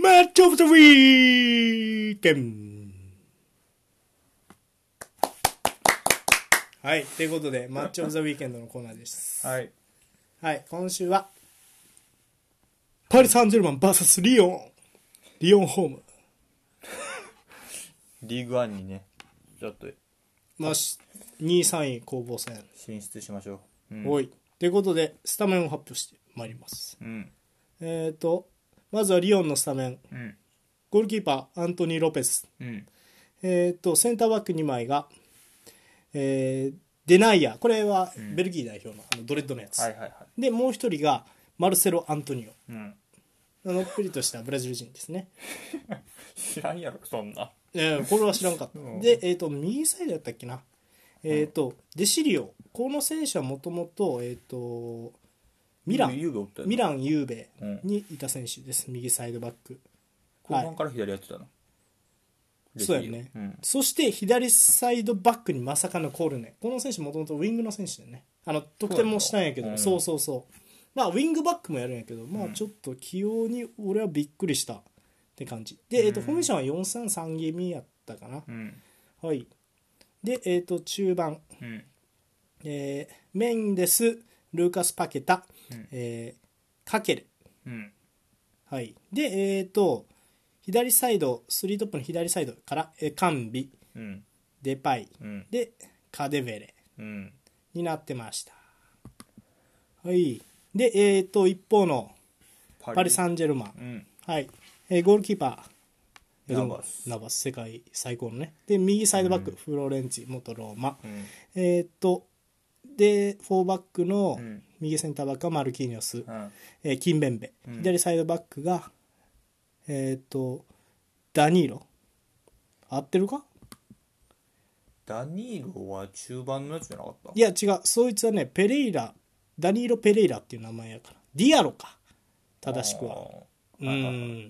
マッチオブザウィーケン。はい、ということでマッチオブザウィーケンドのコーナーです。 はい。 はい、今週はパリ・サンジェルマン VS リオンホーム。 リーグワンにね、ちょっとまあ、2位3位攻防戦。 進出しましょう。 おい。ということでスタメンを発表してまいります。 うん。 まずはリオンのスタメン。 うん。 ゴールキーパーアントニー・ロペス。 うん。 センターバック2枚が、デナイア、これはベルギー代表の、ドレッドのやつ、 はいはいはい。 でもう一人がマルセロ・アントニオ、 うん。 のっぷりとしたブラジル人ですね。 知らんやろ、そんな。 これは知らんかった、 うん、 で、右サイドやったっけな、デシリオ、この選手はもともとミランユーベにいた選手です、右サイドバック。 後半から左やってたの、はい、 そうやね、うん、そして左サイドバックにまさかのコールネ、この選手もともとウィングの選手でね、得点もしたんやけど、そうそうそう、まあウィングバックもやるんやけど、まあちょっと起用に俺はびっくりしたって感じで、フォーメーションは 4-3-3 気味やったかな、うん、はい。で、中盤、うん、メンデス、ルーカス・パケタ、うん、カケレ、うん、はい。で、左サイド、3トップの左サイドから、カンビ、うん、デパイ、うん、でカデベレ、うん、になってました。はい。で、一方のパリ・サンジェルマン、うん、はい、ゴールキーパーナバス、世界最高のね。で右サイドバック、うん、フロレンツィ元ローマ、うん、で4バックの右センターバックはマルキーニョス、うん、キンベンベ、うん、左サイドバックがダニーロ、合ってるか？ ダニーロは中盤のやつじゃなかった？ いや違う、そいつはねペレイラ、ダニーロ・ペレイラっていう名前やから、ディアロか正しくは。うん。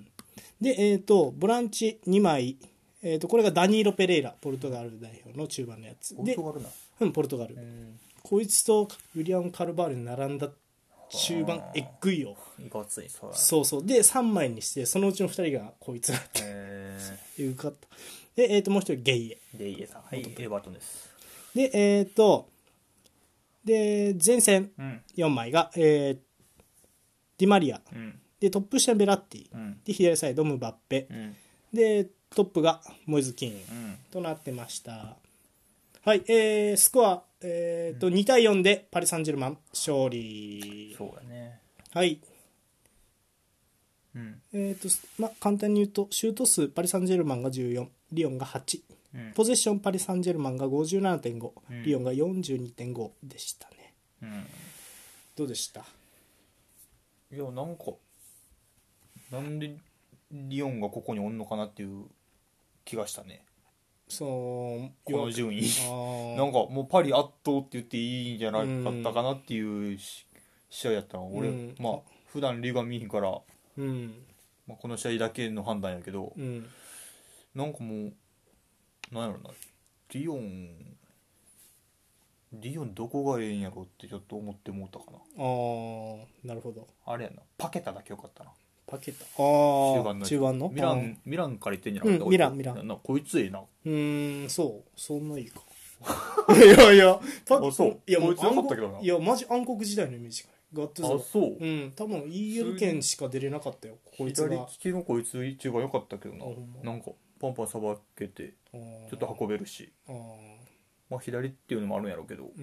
で、ボランチ2枚、これがダニーロ・ペレイラ、ポルトガル代表の中盤のやつ。 ポルトガルな。 うん、ポルトガル。こいつとウィリアム・カルバールに並んだ中盤、えっぐいよ。 いかつい、 そうそう。で、3枚にして、そのうちの2人がこいつだって。よかった。で、もう一人、ゲイエ。 ゲイエさん。はい、エーバートンです。 で、で、前線4枚が、ディマリア。でトップ下ベラッティ、うん、で左サイドムバッペ、うん、でトップがモイズキーン、うん、となってました。はい、スコア、2対4でパリ・サンジェルマン勝利。 そうだね。 はい、うん、簡単に言うとシュート数パリ・サンジェルマンが14、リオンが8、うん、ポゼッションパリ・サンジェルマンが 57.5、うん、リオンが 42.5 でしたね、うん、どうでした？ いや、なんでリオンがここにおんのかなっていう気がしたね。この順位なんかもうパリ圧倒って言っていいんじゃなかったかなっていう試合やったの、俺、まあ普段リーグは見ひんから、まあ、この試合だけの判断やけど、なんかもうなんやろな、リオンどこがええんやろってちょっと思ってもうたかな。 なるほど。 あれやな、パケタだけよかったな。 パケタ、中盤のミランから言ってんじゃなかった？ ミランな、こいつええな。 そうそんないいかいやいやそう、 いやこいつなかったけどな。 いやマジ暗黒時代のイメージがあってさ。 そう、 多分 EL 圏しか出れなかったよこいつが。 左利きのこいつ一番良かったけどな。なんかパンパンさばけてちょっと運べるし、まあ左っていうのもあるんやろうけど、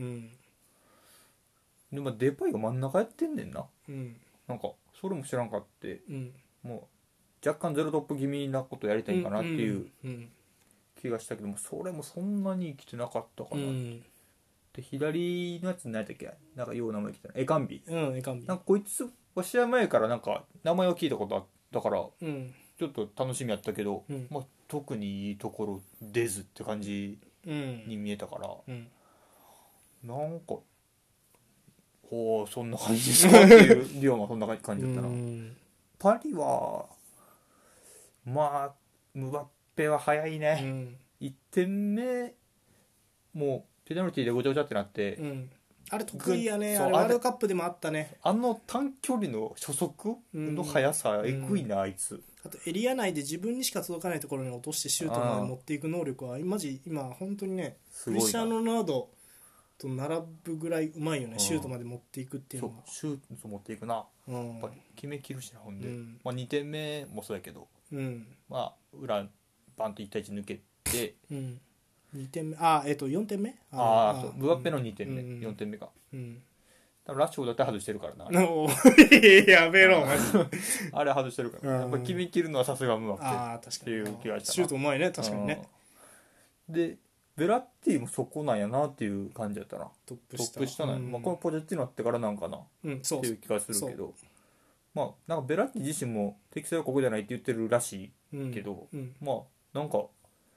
でもデパイが真ん中やってんねんな。なんかそれも知らんかって、もう若干ゼロトップ気味なことやりたいんかなっていう気がしたけども、それもそんなに生きてなかったかな。で左のやつ何やったっけ、なんかよう名前来たエカンビ、 エカンビ、 なんかこいつは試合前からなんか名前を聞いたことあったから、ちょっと楽しみやったけど、まあ、特にいいところ出ずって感じに見えたから、なんかそんな感じですかっていうリオンはそんな感じだったな。パリはまあムバッペは早いね、1点目もうペナルティでごちゃごちゃってなって、 あれ得意やね。 そうあれワールドカップでもあったね。 短距離の初速の速さ、えぐいなあいつ。 あとエリア内で自分にしか届かないところに落としてシュートまで持っていく能力はマジ今本当にね、クリスチャーノ・ロナウドと並ぶぐらいうまいよね。シュートまで持っていくっていうのは。 シュート持っていくな、やっぱ決めきるしな。ほんで、まあ、2点目もそうやけど、まあ裏バンと1対1抜けて、 2点目4点目そうムバッペの2点目、4点目か、多分ラッシュフォードだって外してるからな。 やめろあれ外してるから、やっぱ決めきるのはさすがムバッペっていう気がしたな。 シュートうまいね、確かにね。 でベラッティもそこなんやなっていう感じだったな。トップ下なんや、まあ、このポジェッティになってからなんかな、っていう気がするけど、まあなんかベラッティ自身も適性はここじゃないって言ってるらしいけど、まあなんか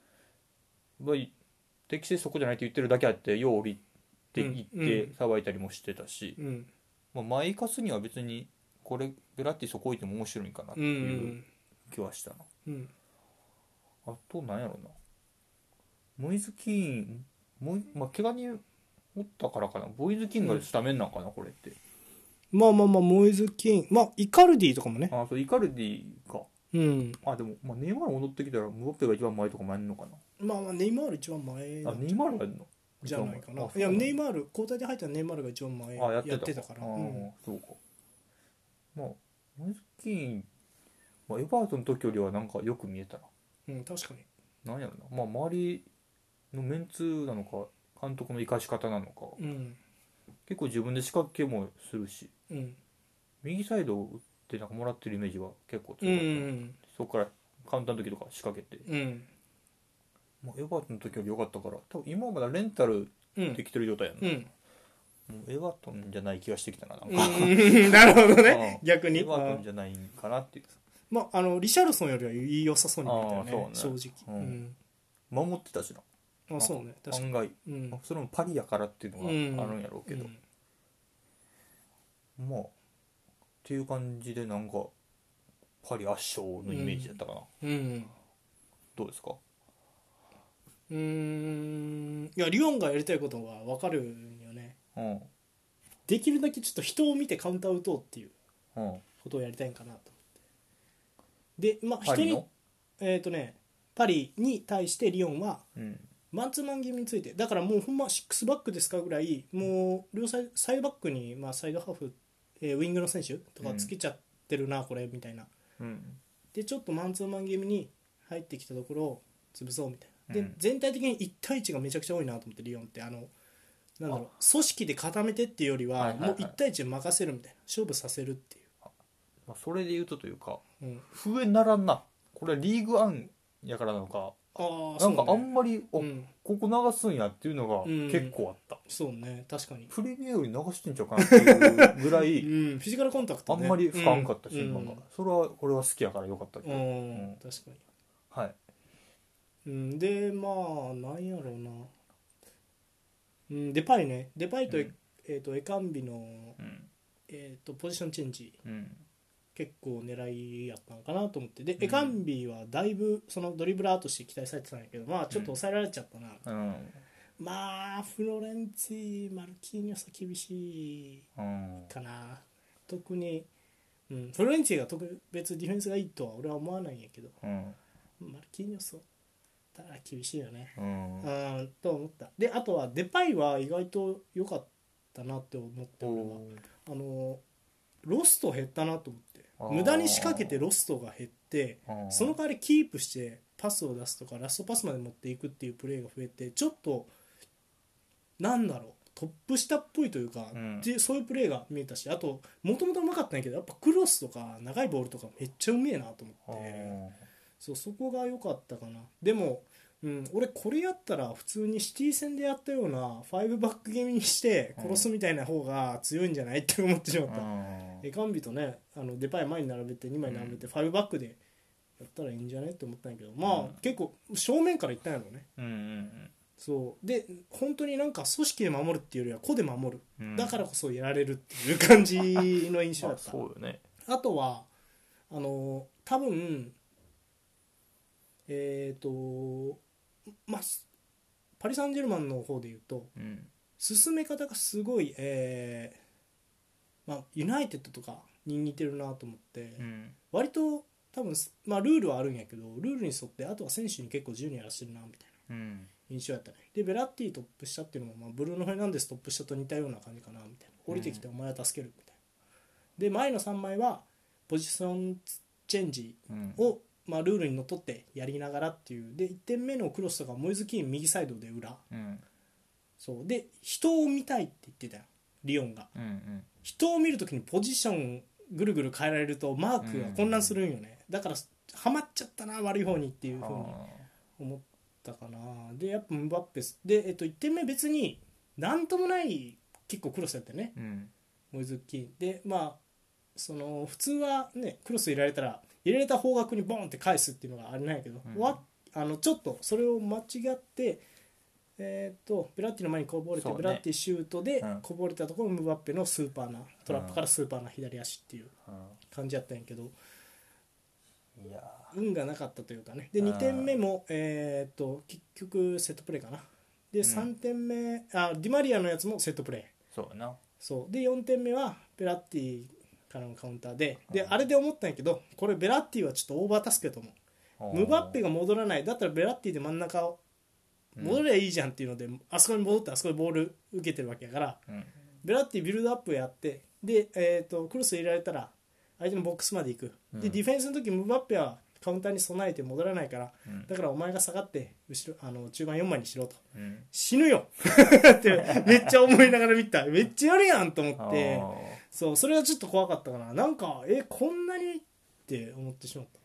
適性そこじゃないって言ってるだけあってよう降りていって騒いだりもしてたし、まあ、前行かすには別にこれベラッティそこ置いても面白いかなっていう気はしたな。あとなんやろな、モイズ・キーンまあ、怪我におったからかな、ボイズ・キーンがスタメンなんかな、これって。 まあモイズ・キーン、イカルディとかもね。 そうイカルディか。でも、ネイマール戻ってきたらムバッペが一番前とかもやるのかな。 ネイマール一番前ネイマールがやるのじゃないかな。いやネイマール交代で入ったらネイマールが一番前やってたから。 そうか。まあモイズ・キーン、エバートンの時よりはなんかよく見えたな。 確かに。 なんやろな、周りのメンツなのか監督の生かし方なのか、結構自分で仕掛けもするし、右サイドってなんかもらってるイメージは結構強かった、そこからカウンターの時とか仕掛けて、エバートンの時より良かったから、多分今はまだレンタルできてる状態やな、もうエバートンじゃない気がしてきたな、なんかなるほどね、逆にエバートンじゃないんかなっていう。 リシャルソンよりはいい良さそうに見えたよね、正直、 守ってたしな。 そうね、確かに案外、それもパリやからっていうのがあるんやろうけど、まあっていう感じでなんかパリ圧勝のイメージだったかな、どうですか。 いやリオンがやりたいことが分かるんよね、できるだけちょっと人を見てカウンターを打とうっていうことをやりたいんかなと思って。で人にパリに対してリオンは、マンツーマン気味について、だからもうほんま6バックですかぐらい、もう両サイドバックに、サイドハーフ、ウィングの選手とかつけちゃってるな、これみたいな、でちょっとマンツーマン気味に入ってきたところを潰そうみたいな、で全体的に1対1がめちゃくちゃ多いなと思って、リオンってなんだろう、組織で固めてっていうよりは、もう1対1で任せるみたいな、勝負させるっていう、 それで言うというか、笛ならんな、これはリーグアンやからなのか、なんかあんまり、ここ流すんやっていうのが結構あった、 そうね、確かにプレミアより流してんちゃうかなっていうぐらいフィジカルコンタクト、 あんまり深んかったし、それは俺は好きやからよかったけど、 確かに、 はい、 でなんやろうな、デパイと、エカンビの、ポジションチェンジ、結構狙いやったのかなと思って、で、エカンビはだいぶそのドリブラーとして期待されてたんやけど、ちょっと抑えられちゃったな、フロレンツィマルキーニョスは厳しいかな、特に、フロレンツィが特別ディフェンスがいいとは俺は思わないんやけど、マルキーニョスだから厳しいよね、と思った。であとはデパイは意外と良かったなって思ったのは、ロスト減ったなと思って、無駄に仕掛けてロストが減って、その代わりキープしてパスを出すとかラストパスまで持っていくっていうプレーが増えて、ちょっとなんだろう、トップ下っぽいというか、そういうプレーが見えたし、あともともとうまかったんやけど、やっぱクロスとか長いボールとかめっちゃうめえなと思って、そこが良かったかな。でも、俺これやったら普通にシティ戦でやったような5バック気味にして殺すみたいな方が強いんじゃないって思ってしまった。エカンビとね、デパイ前に並べて2枚並べて5バックでやったらいいんじゃないって思ったんやけど、結構正面からいったんやろうね、そうで本当になんか組織で守るっていうよりは個で守る、だからこそやられるっていう感じの印象だったそうよね。 あとは多分パリ・サンジェルマンの方で言うと、 進め方がすごい、ユナイテッドとかに似てるなと思って、割と多分、ルールはあるんやけどルールに沿ってあとは選手に結構自由にやらせてるなみたいな印象やったね。でベラッティトップ下っていうのも、ブルーノ・フェルナンデストップ下と似たような感じかなみたいな。降りてきてお前は助けるみたいな。で前の3枚はポジションチェンジを、ルールにのっとってやりながらっていう。で1点目のクロスとかモイズキーン右サイドで裏、そうで人を見たいって言ってたよリオンが、人を見るときにポジションぐるぐる変えられるとマークが混乱するんよね。だからハマっちゃったな悪い方にっていう風に思ったかな。でやっぱムバッペで、1点目別になんともない結構クロスやったよね、モイズキーンでその普通はねクロス入れられたら入れられた方角にボンって返すっていうのがあれなんやけど、ちょっとそれを間違ってベラッティの前にこぼれて、ベラッティシュートでこぼれたところムバッペのスーパーなトラップからスーパーな左足っていう感じやったんやけど、 いや運がなかったというかね。で2点目も、結局セットプレーかな。で3点目、ディマリアのやつもセットプレー。 そうやな。 そうで4点目はベラッティからのカウンターで、あれで思ったんやけど、これベラッティはちょっとオーバータスクやと思う。ムバッペが戻らない、だったらベラッティで真ん中を戻ればいいじゃんっていうので、あそこに戻ってあそこでボール受けてるわけやから、ベラッティビルドアップやって、で、クロス入れられたら相手のボックスまで行く。でディフェンスの時ムバッペはカウンターに備えて戻らないから、だからお前が下がって後ろ中盤4枚にしろと、死ぬよってめっちゃ思いながら見た。めっちゃやるやんと思って、それはちょっと怖かったかな。なんかこんなにって思ってしまった。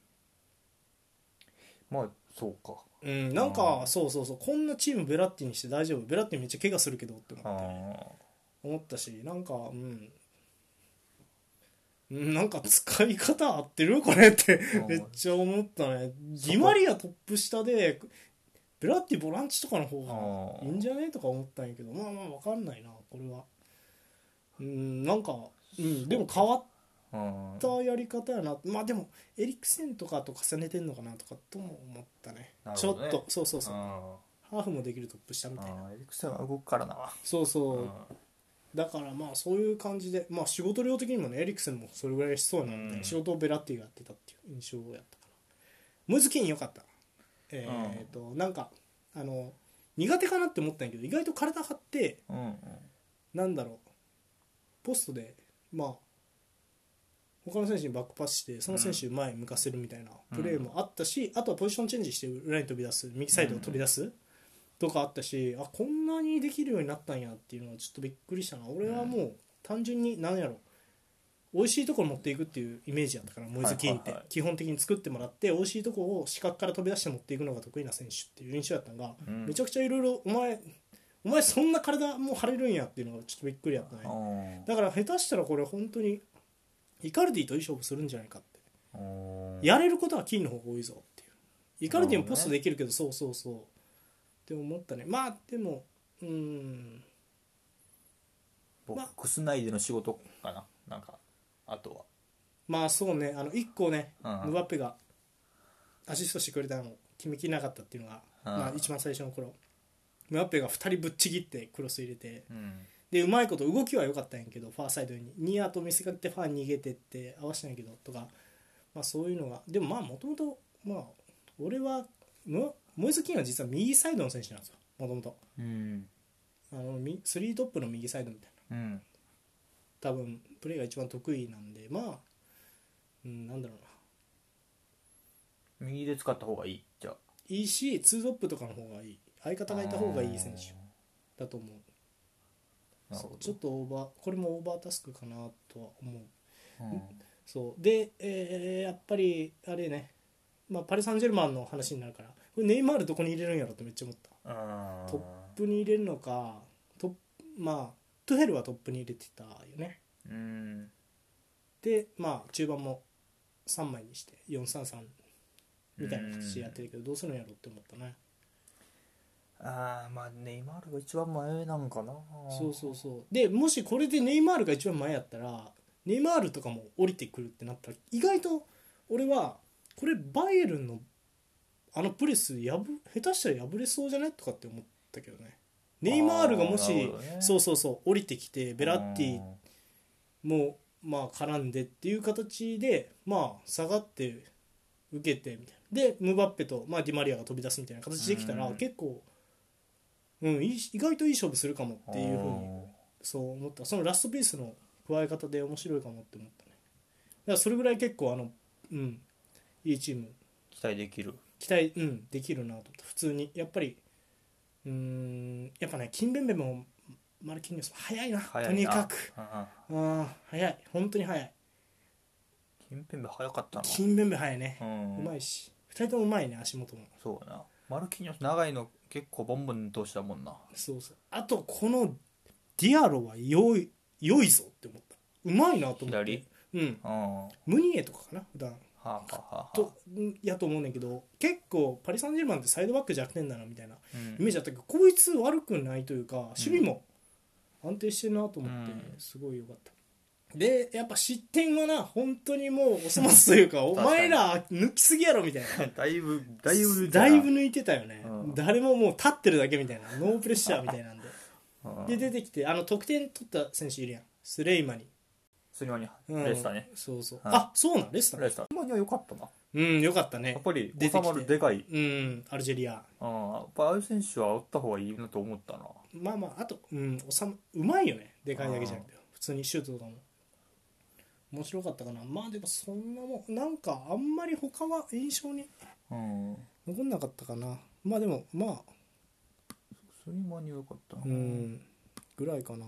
そうか。 なんかそうこんなチームベラッティにして大丈夫？ベラッティめっちゃ怪我するけどって思ったし、なんかなんか使い方合ってるこれってめっちゃ思ったね。ディマリアトップ下でベラッティボランチとかの方がいいんじゃねとか思ったんやけど、分かんないなこれは。なんかでも変わったやり方やな。でもエリクセンとかと重ねてんのかなとかとも思ったね。ちょっとそうハーフもできるトップ下みたいな。 エリクセンは動くからな。 だからそういう感じで、仕事量的にもねエリクセンもそれぐらいしそうなんで、仕事をベラッティがやってたっていう印象やったかな。ムズキン良かった。なんか苦手かなって思ったんやけど、意外と体張って、なんだろうポストで他の選手にバックパスしてその選手前に向かせるみたいなプレーもあったし、あとはポジションチェンジして裏に飛び出す、右サイドを飛び出すとかあったし、こんなにできるようになったんやっていうのはちょっとびっくりしたな。俺はもう単純に何やろ美味しいところ持っていくっていうイメージやったから、モイズキーンって基本的に作ってもらって美味しいところを視覚から飛び出して持っていくのが得意な選手っていう印象やったのが、めちゃくちゃいろいろお前そんな体も張れるんやっていうのがちょっとびっくりやったね。だから下手したらこれ本当にイカルディといい勝負するんじゃないかって。やれることはキーの方が多いぞっていう。イカルディもポストできるけど、そうって思ったね。でもボックス内での仕事かな。なんかあとはそうね、1個ね、ムバッペがアシストしてくれたのを決めきれなかったっていうのが、一番最初の頃ムバッペが2人ぶっちぎってクロス入れて、でうまいこと動きは良かったんやけど、ファーサイドにニアと見せかけてファー逃げてって合わせたんやけどとか、そういうのがでももともと俺はモイズキンは実は右サイドの選手なんですよもともと。3トップの右サイドみたいな、多分プレーが一番得意なんで、なんだろうな、右で使った方がいいじゃあいいし、2トップとかの方がいい、相方がいた方がいい選手だと思う。ちょっとこれもオーバータスクかなとは思う。そうで、やっぱりあれね、パリ・サンジェルマンの話になるから、これネイマールどこに入れるんやろってめっちゃ思った。トップに入れるのか、トゥヘルはトップに入れてたよね。で中盤も3枚にして4-3-3みたいな形やってるけど、どうするんやろって思ったね。 ネイマールが一番前なんかな。 そうで、もしこれでネイマールが一番前やったらネイマールとかも降りてくるってなったら、意外と俺はこれバイエルンのプレス下手したら破れそうじゃないとかって思ったけどね。 ネイマールがもし、 ね、 そうそうそう降りてきてベラッティもまあ絡んでっていう形でまあ下がって受けてみたいなでムバッペと、まあ、ディマリアが飛び出すみたいな形できたら結構、意外といい勝負するかもっていうふうにそう思った。そのラストピースの加え方で面白いかもって思ったね。だからそれぐらい結構いいチーム期待できるできるなと思った。普通にやっぱりやっぱねキンベンベもマルキニョスも早いなとにかく早い本当に早い。 キンベンベ早かったな。 キンベンベ早いね、うまいし2人ともうまいね足元も。 そうなマルキニョス長いの結構ボンボン通したもんな。 そうそうあとこのディアロは良いぞって思った。うまいなと思って左ムニエとかかな普段はあはあはあとやと思うねんけど結構パリ・サンジェルマンってサイドバック弱点だなみたいなイメージあったけど、こいつ悪くないというか守備も安定してるなと思ってすごい良かった。でやっぱ失点はな本当にもうお粗末というかお前ら抜きすぎやろみたいなだいぶ抜いてたよね、誰ももう立ってるだけみたいなノープレッシャーみたいなんでで出てきて得点取った選手いるやんスレイマニレスタね、そうそう、あそうなんレスタ今には良かったな。 良かったね。やっぱり収まるでかいアルジェリアやっぱああいう選手はおった方がいいなと思ったな。 まあまああとうまいよねでかいだけじゃなくて普通にシュートとかも面白かったかな。まあでもそんなもんなんかあんまり他は印象に残んなかったかな。まあでもまあそれ今に良かったなぐらいかな。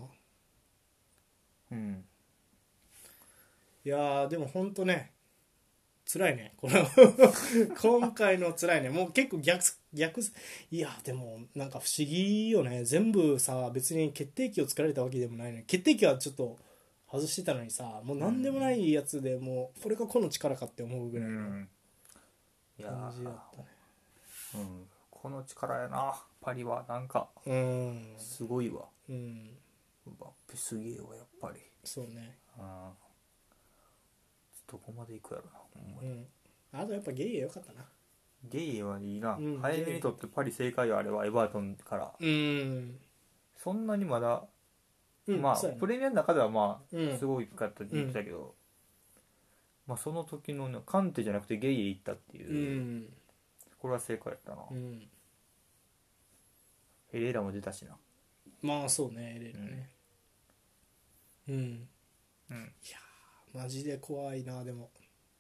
いやでもほんとね辛いねこの今回の辛いね。もう結構逆いやでもなんか不思議よね。全部さ別に決定機を作られたわけでもないのに決定機はちょっと外してたのにさもう何でもないやつでもうこれが個の力かって思うぐらいの感じだったね。 この力やなパリはなんかすごいわ。バッペすげえわやっぱり。 そうねどこまで行くやろな、 あとやっぱゲイエ良かったな。 ゲイエはいいな、早めにとってパリ正解よあれはエバートンからそんなにまだまあプレミアの中ではまあすごいかったって言ってたけど、まあその時のカンテじゃなくてゲイエ行ったっていう、これは正解やったな。エレーラも出たしな。 まあそうねエレーラねいやマジで怖いな。でも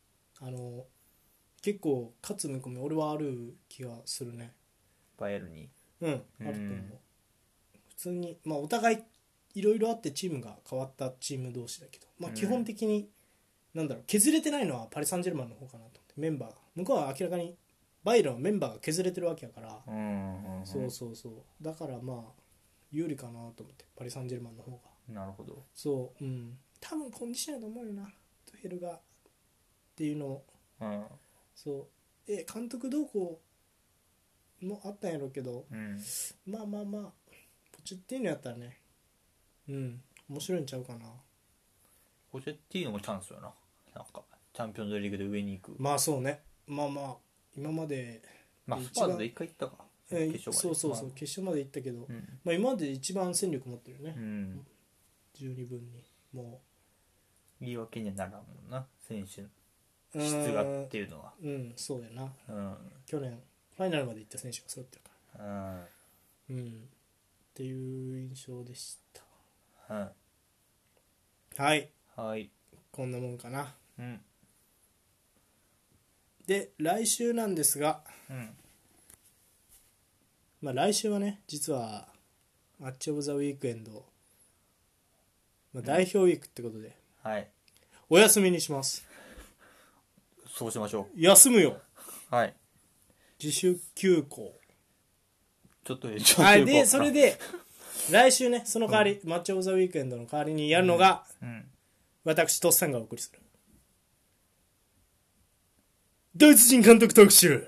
結構勝つ見込み俺はある気がするね。 バイエルにあると思う。普通にまあお互いいろいろあってチームが変わったチーム同士だけど、まあ基本的になんだろう削れてないのはパリ・サンジェルマンの方かなと思って。メンバー向こうは明らかにバイエルはメンバーが削れてるわけやからそうだからまあ有利かなと思ってパリ・サンジェルマンの方が。なるほど。そう多分コンディションやと思うよなトゥヘルがっていうのをそう監督どうこうもあったんやろうけど、まあポチェッティーノやったらね面白いんちゃうかな。 ポチェッティーノもチャンスよな。なんかチャンピオンズリーグで上に行く。 まあそうねまあ今までスパーズで1回行ったか決勝まで。 そう決勝まで行ったけど、まあ今まで一番戦力持ってるね十二分にもう言い訳にはならんもんな選手質がっていうのは。 そうやな、去年ファイナルまで行った選手が揃ってるからっていう印象でした。はいこんなもんかな。で来週なんですが、まあ来週はね実はマッチオブザウィークエンド、代表ウィークってことで、お休みにします。 そうしましょう。 休むよ。自主休校。 ちょっとでそれで来週ねその代わり、マッチオブザウィークエンドの代わりにやるのが、私とっさんがお送りするドイツ人監督特集。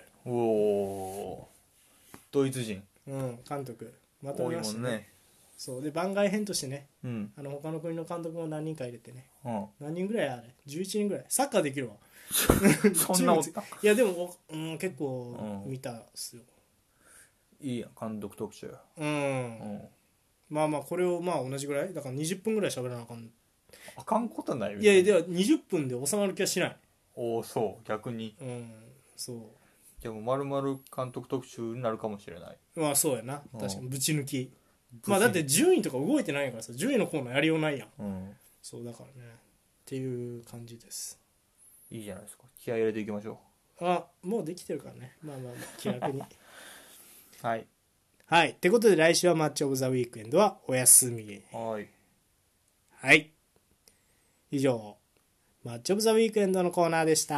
ドイツ人監督また見ましたね。そうで番外編としてね、他の国の監督も何人か入れてね、何人ぐらいあれ11人ぐらいサッカーできるわそんなおった。 いやでも、結構見たっすよ。 いいやん監督特集。 まあまあこれをまあ同じぐらいだから20分ぐらい喋らなあかん。 あかんことないいやでは20分で収まる気はしない。 おお、そう逆に。 そうでも丸々監督特集になるかもしれない。 まあそうやな、確かにぶち抜き。まあだって順位とか動いてないからさ、順位のコーナーやりようないやん。そうだからねっていう感じです。 いいじゃないですか、気合い入れていきましょう。もうできてるからね、まあまあ気楽にはいはい。ってことで来週はマッチオブザウィークエンドはお休み。はい。以上、マッチオブザウィークエンドのコーナーでした。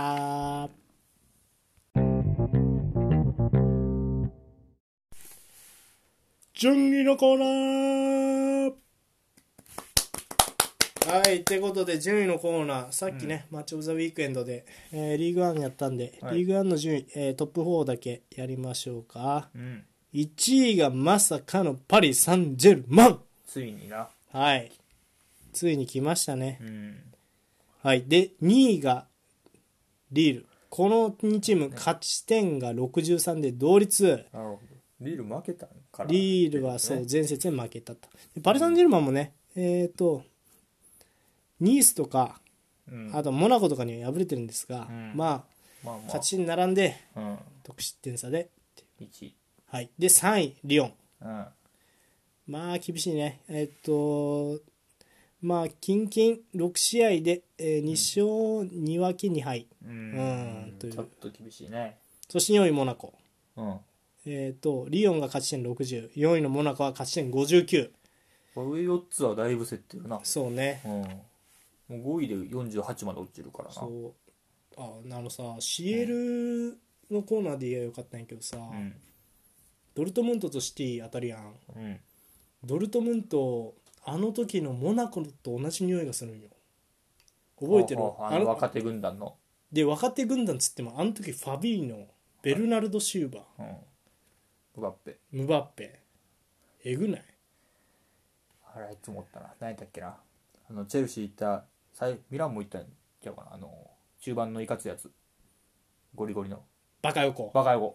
順位のコーナー。はい。ってことで順位のコーナー。さっきね、マッチオブザウィークエンドで、リーグワンやったんで、リーグワンの順位、トップ4だけやりましょうか。1位がまさかのパリ・サンジェルマン。 ついにな。 はい。ついに来ましたね。はい。で、2位がリール。この2チーム、勝ち点が63で同率。なるほど。 リール負けたんかな。 リールはそう、前節に負けたと。パリ・サンジェルマンもね、ニースとか、あとモナコとかには敗れてるんですが、まあ、勝ちに並んで、得失点差で。 1位。はい、 で3位リヨン、まあ厳しいね。まあ近々6試合で、2勝2分け2敗というちょっと厳しいね。 そして4位モナコ、リヨンが勝ち点60、4位のモナコは勝ち点59。 上4つはだいぶ競ってるな。 そうね、 もう5位で48まで落ちるからな。 そうさ CL のコーナーで言えばよかったんやけどさ、ドルトムントとシティ当たるやん、ドルトムントあの時のモナコと同じ匂いがするんよ。覚えてる？ 若手軍団ので、若手軍団つってもあの時ファビーノ、ベルナルド・シューバー、ムバッペえぐない？ あれいつも思ったな。何やったっけな、チェルシー行ったミランも行ったんちゃうかな、中盤のいかつやつ、ゴリゴリのバカ横。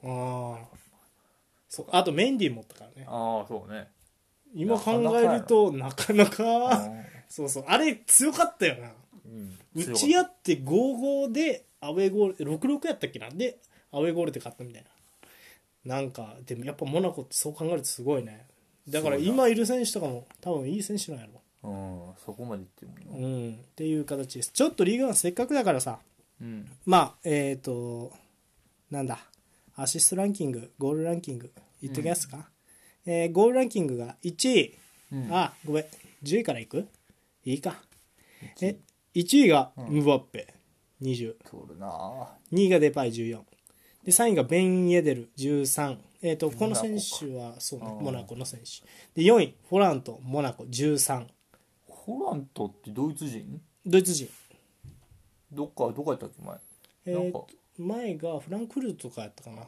そう、あとメンディー持ったからね。 そうね。 今考えるとなかなかそうそう、あれ強かったよな。打ち合って 5-5 でアウェーゴール 6-6 やったっけな、でアウェーゴールで勝ったみたいな。なんかでもやっぱモナコってそう考えるとすごいね。だから今いる選手とかも多分いい選手なんやろ。 そこまでいってるもんな。 っていう形です。ちょっとリーグワンせっかくだからさ、まあなんだ、アシストランキング、ゴールランキング言っときますか。ゴールランキングが1位、ごめん、10位からいく？いいか。1位がムバッペ20、2位がデパイ14で、3位がベン・イェデル13、この選手はそうね、モナコの選手で、4位フォラントモナコ13。 フォラントってドイツ人？ ドイツ人。どこやったっけ前？ 前がフランクフルトとかやったかな。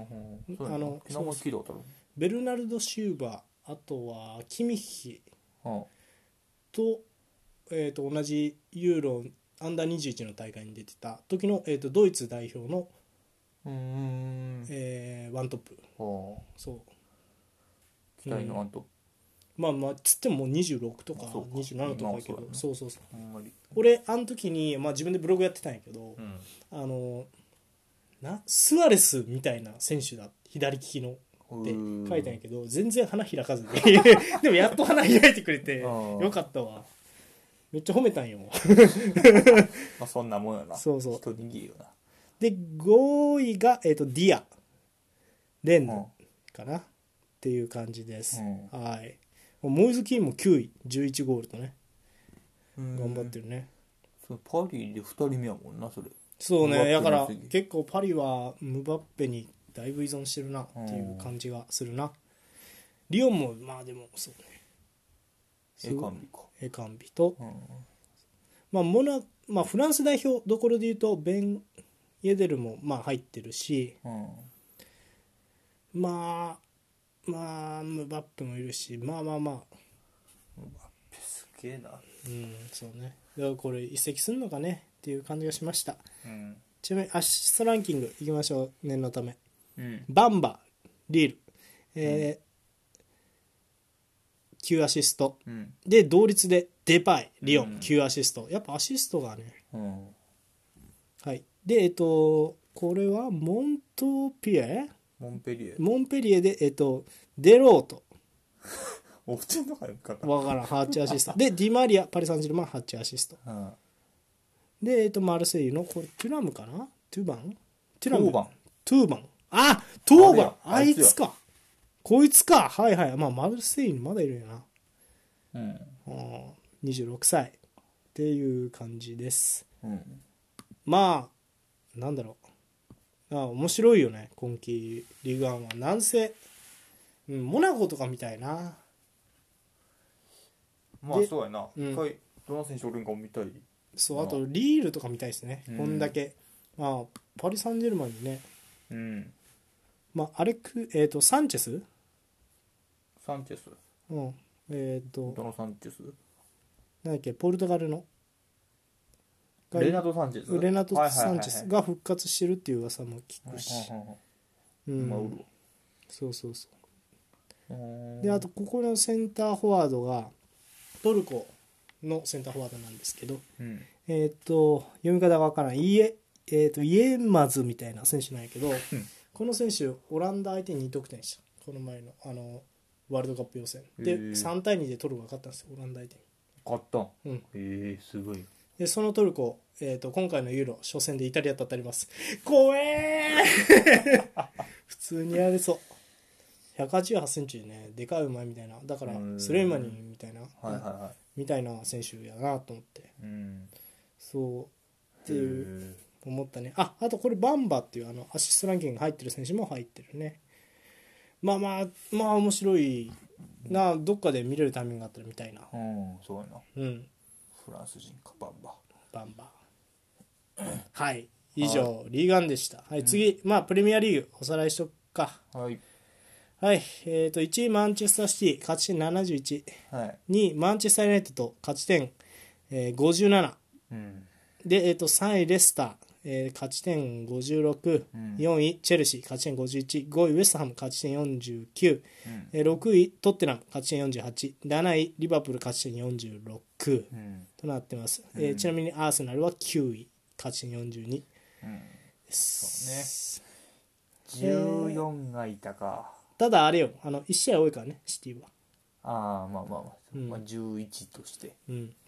ベルナルド・シューバー、あとはキミッヒと、同じユーロアンダー21の大会に出てた時の、ドイツ代表のワントップ。そう期待のワントップ、 まあつってももう26とか27とかやけど、そう俺あの時に、自分でブログやってたんやけど、スアレスみたいな選手だ、左利きのって書いたんやけど、全然花開かずででもやっと花開いてくれてよかったわ。めっちゃ褒めたんよそんなもんやな。そう一握りよな。 で5位が、ディアレンヌかな、っていう感じです。はい。モイズ・キーンも9位11ゴールとね、頑張ってるね。 パリで2人目やもんな、それ。 そうね、だから結構パリはムバッペにだいぶ依存してるなっていう感じがするな。リオンもまあでもそうね、エカンビと、フランス代表どころで言うとベン・イェデルも入ってるし、ムバッペもいるし、ムバッペすげえな。 そうね。だからこれ移籍するのかねっていう感じがしました。ちなみにアシストランキングいきましょう、念のため。バンバリール、 9アシスト、 うん、 で同率でデパイリオン、9アシスト。やっぱアシストがね、はい。でこれはモンペリエでデロートお普通のかよかったわからん8アシストでディマリアパリ・サンジェルマン8アシスト、でマルセイユのこれトゥラムかなトゥーバントゥーバントーバンあいつかこいつかはいはい、まあマルセイユにまだいるよな、26歳っていう感じです、まあなんだろう、面白いよね今季リーグワンは。なんせ、モナコとかみたいな。 まあそうやな、一回どの選手おるんかも見たい。 そう、あとリールとか見たいですね、こんだけ。まあパリ・サンジェルマンにね、まあサンチェスどのサンチェスなんだっけ、ポルトガルのレナト・サンチェスが復活してるっていう噂も聞くし、そうそうそう。であとここのセンターフォワードがトルコのセンターフォワードなんですけど、読み方がわからんイエマズみたいな選手なんやけど、この選手オランダ相手に2得点した。この前のワールドカップ予選で3対2でトルコが勝ったんですよ、オランダ相手に。 勝ったん、すごい。 でそのトルコ、今回のユーロ初戦でイタリアと当たります。怖え普通にやれそう。188センチでね、でかい馬みたいな、だからスレイマニーみたいな、みたいな選手やなと思って、そうっていう思ったね。あとこれバンバっていうアシストランキング入ってる選手も入ってるね。まあ面白いな、どっかで見れるタイミングがあったら見たいな。 そうやな。フランス人かバンバはい、以上リーグワンでした。はい、次、プレミアリーグおさらいしとくか。はい、1位マンチェスターシティ勝ち点71、2位マンチェスターユナイテッド勝ち点、57、で、3位レスター、勝ち点56、4位チェルシー勝ち点51、5位ウエストハム勝ち点49、6位トッテナム勝ち点48、7位リバプール勝ち点46、となってます、ちなみにアーセナルは9位勝ち点42、 そうね、14がいたか。 ただあれよ、1試合多いからねシティは。 11として、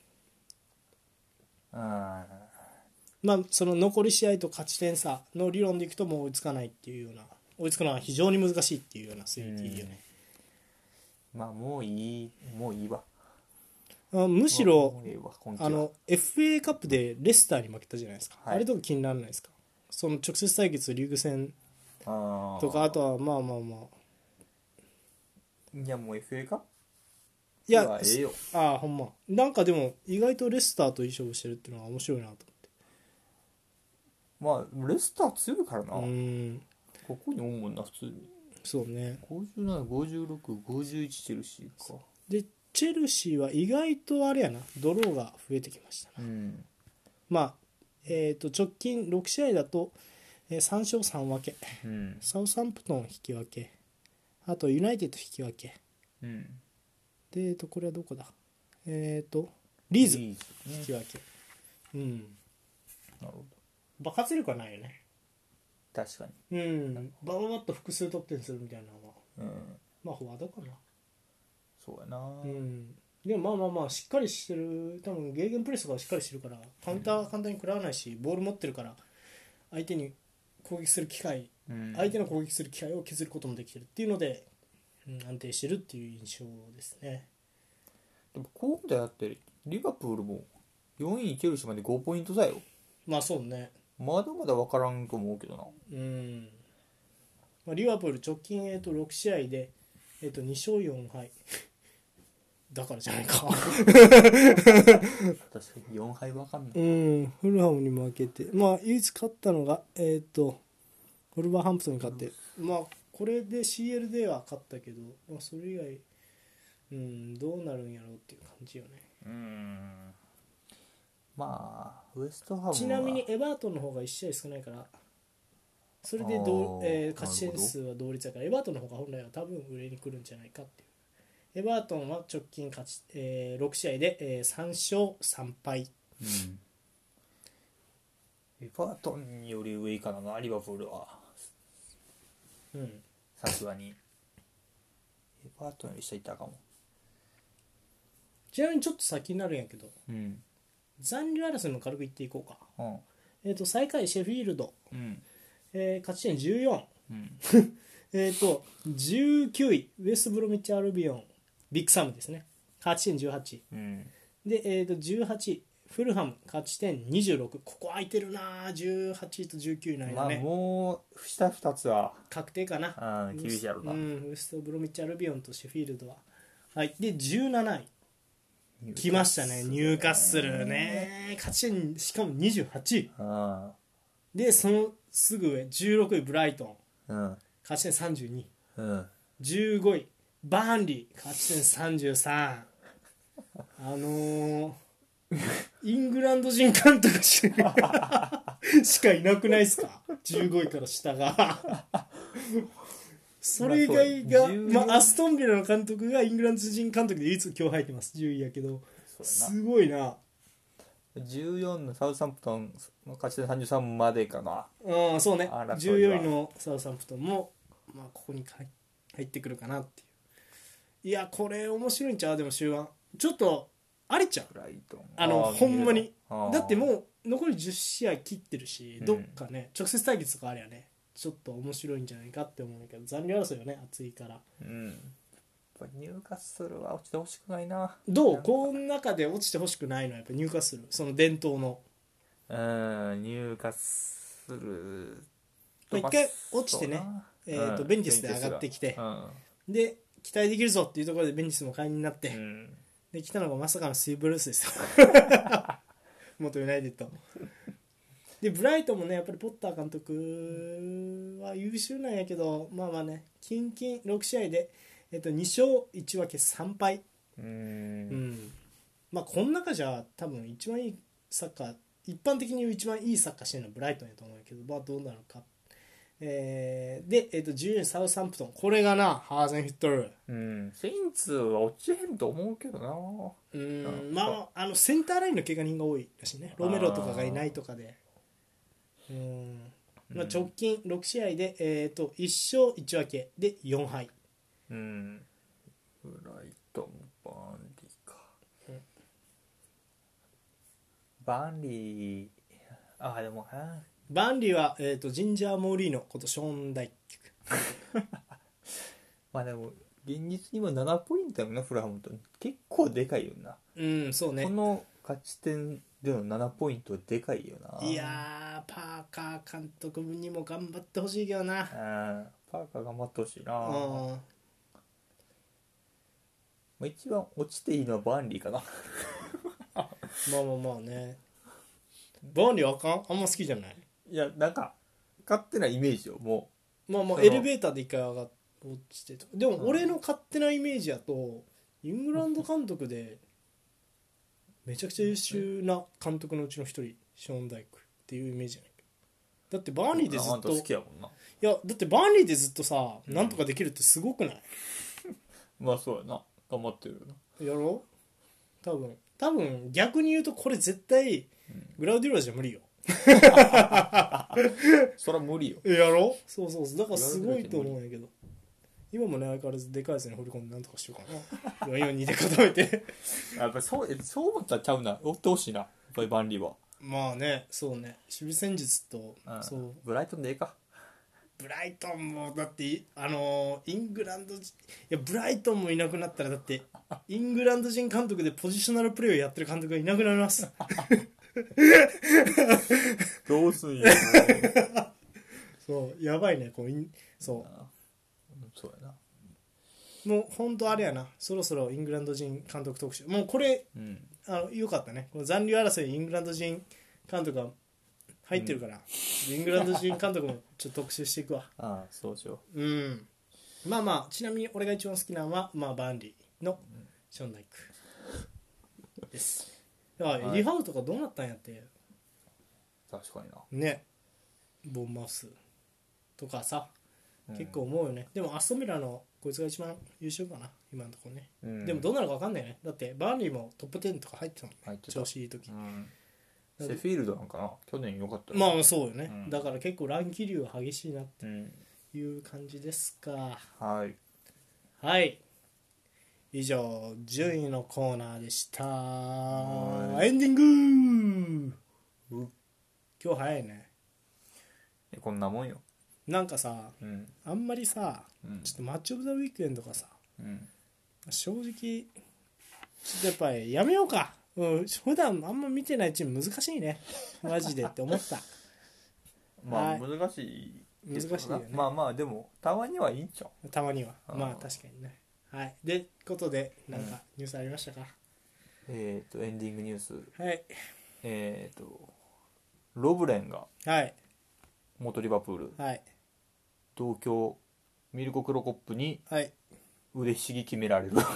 その残り試合と勝ち点差の理論でいくともう追いつかないっていうような、追いつくのは非常に難しいっていうような推定よね。 もういいわ。 むしろFA カップでレスターに負けたじゃないですか、あれとか気にならないですか。その直接対決リーグ戦とか、あとはいやもう FA カップいやほんまなんかでも意外とレスターといい勝負してるっていうのが面白いなと思って。レスター強いからな。ここにおんもんな普通に。 そうね、 57、56、51チェルシーか。 でチェルシーは意外とあれやな、ドローが増えてきましたな。直近6試合だと、3勝3分け、サウサンプトン引き分け、あとユナイテッド引き分け、でこれはどこだ、リーズ引き分け。なるほど。爆発力はないよね。 確かに。 バッと複数得点するみたいなのは、フォワードかな。 そうやな。 でもしっかりしてる、多分ゲーゲンプレスがしっかりしてるからカウンターは簡単に食らわないし、ボール持ってるから相手に攻撃する機会、相手の攻撃する機会を削ることもできてるっていうので、安定してるっていう印象ですね。 でもこうみたいだってリバプールも4位にチェルシーまで5ポイントだよ。 そうね、 まだまだ分からんと思うけどな。リバプール直近6試合で2勝4敗だからじゃないか確かに4敗分かんない。 フルハムに負けて、唯一勝ったのがウルバーハンプトンに勝って、これで CL では勝ったけど、それ以外どうなるんやろうっていう感じよね。 ウエストハムはちなみにエバートンの方が1試合少ないからそれで勝ち点数は同率だからエバートンの方が本来は多分上に来るんじゃないかっていう。エバートンは直近6試合で、3勝3敗、 うん、エバートンより上かなリバプールは。さすがにエバートンより下いったかも。 ちなみにちょっと先になるんやけど、残留争いも軽く言っていこうか。最下位シェフィールド、勝ち点14、19位ウェストブロミッチアルビオンビッグサムですね、勝ち点18、で、18位フルハム勝ち点26。ここ空いてるな、18位と19位なんやね。 もう下2つは確定かな。 厳しいやろな。 ウェストブロミッチアルビオンとシェフィールドは、はい。で17位来ましたね、ニューカッスルね、勝ち点しかも28位で、そのすぐ上16位ブライトン、勝ち点32、15位バーンリー勝ち点33。イングランド人監督しかいなくないですか、15位から下がそれ以外が、アストンビラの監督がイングランド人監督で唯一今日入ってます、10位やけど、すごいな。 14のサウサンプトンの勝ち点33までかな。 そうね、14位のサウサンプトンも、ここに入ってくるかなっていう。いやこれ面白いんちゃう。でも終盤ちょっとあれちゃう、ほんまに。だってもう残り10試合切ってるし、どっかね直接対決とかあれやね、ちょっと面白いんじゃないかって思うんだけど、残留争いはね熱いから、 やっぱニューカッスルは落ちてほしくないな。 どうこの中で落ちてほしくないのはやっぱニューカッスル、その伝統のニューカッスル一回落ちてね、ベンティスで上がってきて、で期待できるぞっていうところでベンティスも会員になって、で来たのがまさかのスイーブルースですよ元ユナイテッドでブライトンもねやっぱりポッター監督は優秀なんやけど、まあね近々6試合で、2勝1分け3敗、この中じゃ多分一番いいサッカー、一般的に言う一番いいサッカーしてるのはブライトンやと思うけど、どうなるか。で、14位サウサンプトン、これがなハーゼンフィットル、 セインツは落ちへんと思うけどな。 センターラインの怪我人が多いらしいね、ロメロとかがいないとかで。直近6試合で、1勝1分けで4敗。 ブライトンバーンリーか、バーンリーでもバーンリーは、ジンジャー・モーリーノことショーン・ダイクでも現実にも7ポイントやもんな、フラハムと結構でかいよな。 そうね、 この勝ち点での7ポイントはでかいよな。 いやパーカー監督にも頑張ってほしいけどな。 パーカー頑張ってほしいな。一番落ちていいのはバーンリーかなまあね、バーンリーはあんま好きじゃない。 いやなんか勝手なイメージよ、もうエレベーターで一回落ちてと。でも俺の勝手なイメージやとイングランド監督でめちゃくちゃ優秀な監督のうちの一人ショーン・ダイクっていうイメージやねん。だってバーンリーでずっと好きやもんな。 いやだってバーンリーでずっとさ、なんとかできるってすごくない？ そうやな、頑張ってるよな。 やろう。多分逆に言うとこれ絶対グラウディオラじゃ無理よそりゃ無理よ。 やろう。そうだからすごいと思うんやけど、今もね相変わらずでかいやつに振り込んでなんとかしようかな4にで固めてやっぱりそう思ったらちゃうな、追ってほしいな、やっぱりバンリーは。 そうね、守備戦術と、そうブライトンでええか。 ブライトンもだってイングランド人、いやブライトンもいなくなったらだってイングランド人監督でポジショナルプレーをやってる監督がいなくなりますどうすんやそうやばいねそうやな。 もう本当あれやな、そろそろイングランド人監督特集、もうこれ、よかったね、この残留争いにイングランド人監督が入ってるから、イングランド人監督もちょっと特集していくわ。 そうしよう。ちなみに俺が一番好きなのは、バーンリーのショーン・ダイクです。エディ・ハウとかどうなったんやって。 確かにな。 ね、ボンマウスとかさ、結構思うよね。でもアストンビラのこいつが一番優秀かな今のところね、でもどうなるか分かんないよね。だってバーンリーもトップ10とか入ってたもんね、調子いい時、 セフィールドなんかな、去年良かったよ。 まあそうよね、だから結構乱気流は激しいなっていう感じですか。 はい、 はい、以上順位のコーナーでした。エンディング。今日早いね。 こんなもんよ。 なんかさ、あんまりさ、ちょっとマッチオブザウィークエンドがさ、正直ちょっとやっぱりやめようか。普段あんま見てないチーム難しいねマジでって思ったまあ難しいよね。 まあまあでもたまにはいいんちゃう。 たまにはまあ確かにね。はい、でことでなんかニュースありましたか。 エンディングニュース。 はい。 ロブレンがはい元リバプール、 はい、 同郷ミルコ・クロコップに腕ひしぎ決められる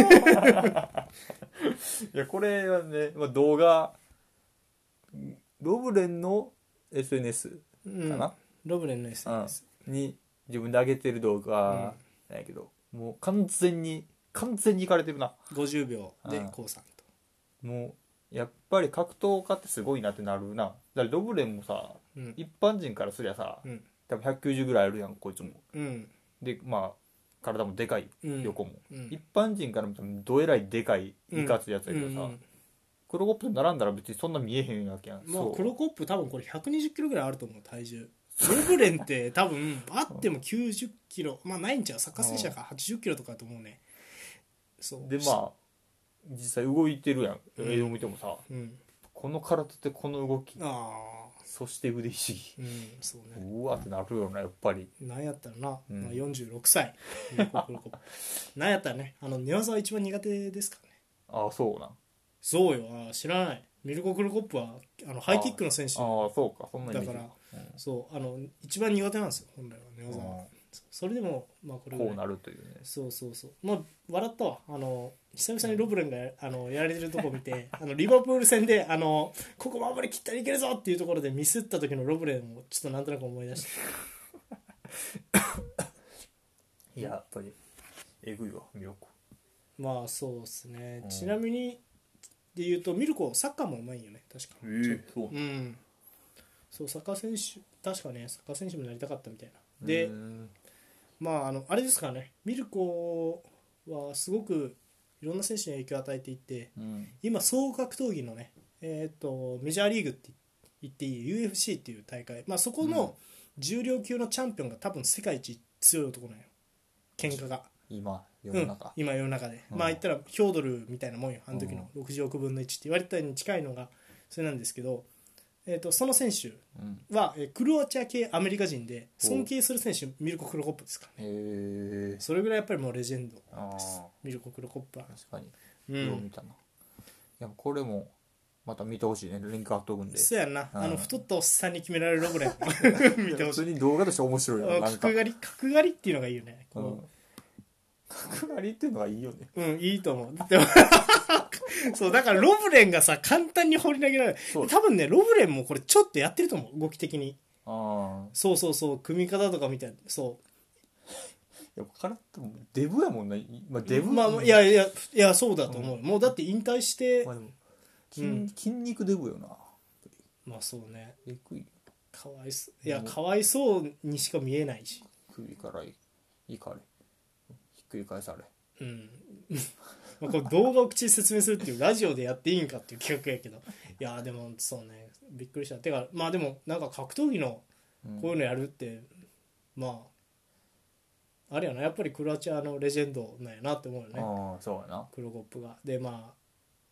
いやこれはね、まあ、動画ロブレンの SNS かな、 ロブレンの SNS、 に自分で上げてる動画なんやけど、もう完全にいかれてるな。 50秒でコウさんと、 もうやっぱり格闘家ってすごいなってなるな。だからロブレンもさ、一般人からすりゃさ、多分190ぐらいあるやんこいつも、でまあ体もでかい、横も、一般人から見たらどえらいでかいいかついやつやけどさ、クロコップと並んだら別にそんな見えへんわけやん。 まあクロコップ多分これ120キロぐらいあると思う体重。ロブレンって多分あっても90キロ、まあないんちゃう、サッカー選手だから80キロとかだと思うね。 そうでまあ実際動いてるやん、映像見てもさ、この体ってこの動き、そして腕ひしぎ、 そうね、 うわってなるよなやっぱり。 なんやったらな、まあ、46歳なんやったらね、寝技は一番苦手ですからね。 ああそうな。 そうよ、知らない。ミルコ・クロコップはハイキックの選手そうか、そんなイメージだから、そう一番苦手なんですよ本来は寝技は。それでもまあこれこうなるというね。 そうまあ笑ったわ。久々にロブレンがやられてるとこ見てリバプール戦でここ守り切ったらいけるぞっていうところでミスった時のロブレンをちょっとなんとなく思い出したいややっぱりえぐいわミルコ。 まあそうですね、ちなみにで言うとミルコサッカーもうまいよね確か。 そう、 そうサッカー選手確かね、サッカー選手もなりたかったみたいな。でまああれですからね、ミルコはすごくいろんな選手に影響を与えていて、今総格闘技のねメジャーリーグって言っていい UFC っていう大会、まあそこの重量級のチャンピオンが多分世界一強い男なんよ、喧嘩が今世の中、 今世の中で、まあ言ったらヒョードルみたいなもんよ、あの時の60億分の1って言われたに近いのがそれなんですけど、その選手は、クロアチア系アメリカ人で尊敬する選手ミルコ・クロコップですからね。それぐらいやっぱりもうレジェンドですミルコ・クロコップは。 確かによう見たな。いやこれもまた見てほしいね、リンク貼っとくんで。 そうやんな、太ったおっさんに決められるロブレン見てほしい。 普通に動画として面白いよ。なんか角刈りっていうのがいいよね。 角刈りっていうのがいいよね。 いいと思う。でもそうだからロブレンがさ簡単に放り投げられる。多分ねロブレンもこれちょっとやってると思う、動き的に。そう組み方とかみたいな。そうやっぱ体もデブやもんね、デブ、 いやそうだと思う、もうだって引退して、 筋肉デブよな。 まあそうね、 えぐい。 かわいそう、いやかわいそうにしか見えないし、 首からいかれひっくり返され、 まあこれ動画を口に説明するっていうラジオでやっていいんかっていう企画やけど、いやでもそうねびっくりした。てかまあでもなんか格闘技のこういうのやるって、まああれやな、やっぱりクロアチアのレジェンドなんやなって思うよね。 そうやな、 クロコップが。でまあ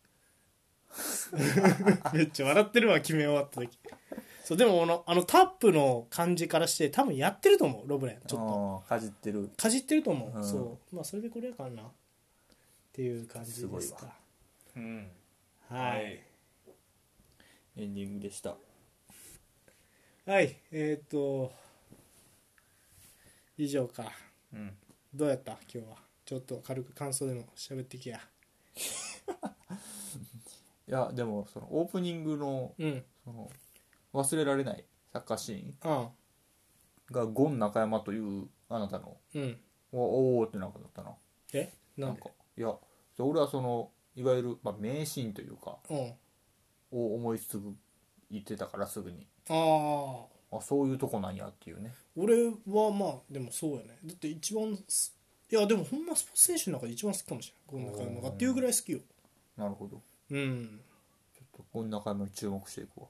めっちゃ笑ってるわ決め終わった時。そうでもタップの感じからして多分やってると思うロブレン、ちょっとかじってると思う、そうまあそれでこれやからなっていう感じですか。はい、 エンディングでした。 はい、以上か。どうやった今日は。ちょっと軽く感想でも喋ってきや。 いやでもそのオープニングの、その忘れられないサッカーシーンがゴン中山というあなたの、おおってなんかだったな。 なんかいや俺はそのいわゆる、名シーンというか、を思いつつ言ってたからすぐにそういうとこなんやっていうね。 俺はでもそうやね。だって一番でもほんまスポーツ選手の中で一番好きかもしれないゴン中山がっていうぐらい好きよ。 なるほど。 ちょっとゴン中山に注目していくわ。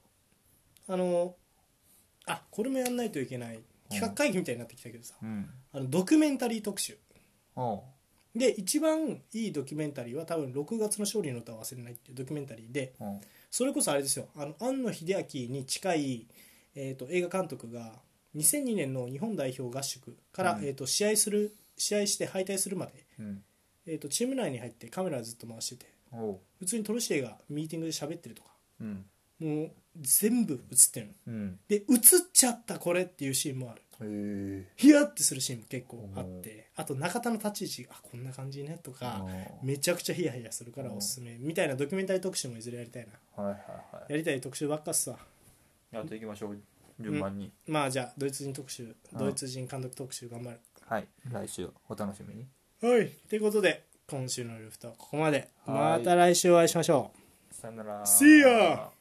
これもやんないといけない企画会議みたいになってきたけどさ、ドキュメンタリー特集で一番いいドキュメンタリーは多分6月の勝利の歌を忘れないっていうドキュメンタリーで、それこそあれですよ、庵野秀明に近い、映画監督が2002年の日本代表合宿から、試合して敗退するまで、チーム内に入ってカメラずっと回してて、普通にトルシエがミーティングで喋ってるとか、もう全部映ってるの、で映っちゃったこれっていうシーンもある。ヒヤッてするシーンも結構あって、あと中田の立ち位置こんな感じねとかめちゃくちゃヒヤヒヤするからおすすめみたいなドキュメンタリー特集もいずれやりたいな。やりたい特集ばっかっすわ。 やっていきましょう順番に。 じゃあドイツ人特集、ドイツ人監督特集頑張る。 来週お楽しみに。 ということで今週のルフトはここまで。また来週お会いしましょう。 さよなら。 See ya!